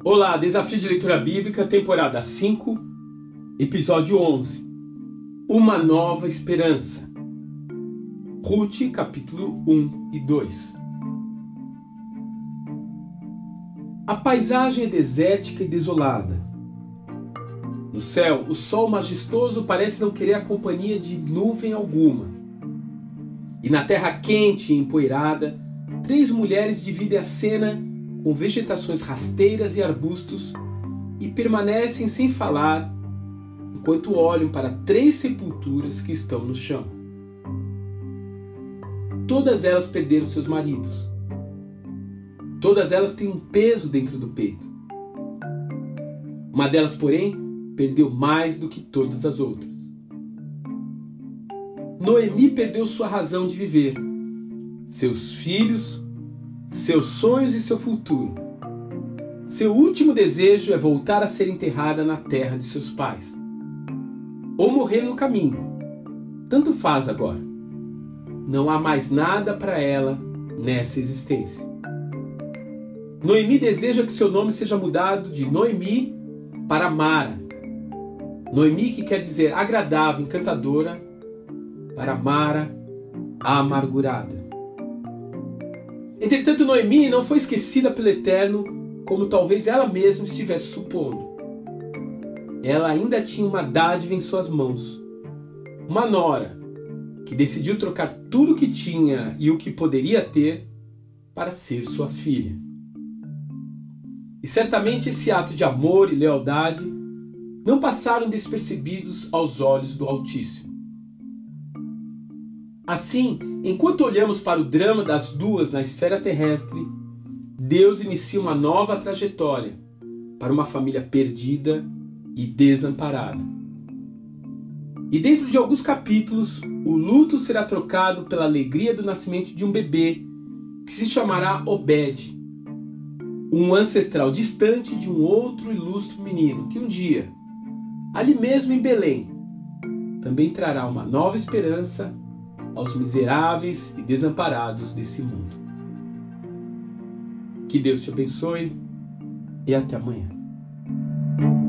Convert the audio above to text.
Olá, Desafio de Leitura Bíblica, temporada 5, episódio 11. Uma Nova Esperança. Ruth, capítulo 1 e 2. A paisagem é desértica e desolada. No céu, o sol majestoso parece não querer a companhia de nuvem alguma. E na terra quente e empoeirada, 3 mulheres dividem a cena com vegetações rasteiras e arbustos e permanecem sem falar enquanto olham para 3 sepulturas que estão no chão. Todas elas perderam seus maridos. Todas elas têm um peso dentro do peito. Uma delas, porém, perdeu mais do que todas as outras. Noemi perdeu sua razão de viver, seus filhos, seus sonhos e seu futuro. Seu último desejo é voltar a ser enterrada na terra de seus pais. Ou morrer no caminho. Tanto faz agora. Não há mais nada para ela nessa existência. Noemi deseja que seu nome seja mudado de Noemi para Mara. Noemi, que quer dizer agradável, encantadora, para Mara, a amargurada. Entretanto, Noemi não foi esquecida pelo Eterno como talvez ela mesma estivesse supondo. Ela ainda tinha uma dádiva em suas mãos. Uma nora que decidiu trocar tudo o que tinha e o que poderia ter para ser sua filha. E certamente esse ato de amor e lealdade não passaram despercebidos aos olhos do Altíssimo. Assim, enquanto olhamos para o drama das duas na esfera terrestre, Deus inicia uma nova trajetória para uma família perdida e desamparada. E dentro de alguns capítulos, o luto será trocado pela alegria do nascimento de um bebê que se chamará Obed, um ancestral distante de um outro ilustre menino que um dia, ali mesmo em Belém, também trará uma nova esperança aos miseráveis e desamparados desse mundo. Que Deus te abençoe e até amanhã.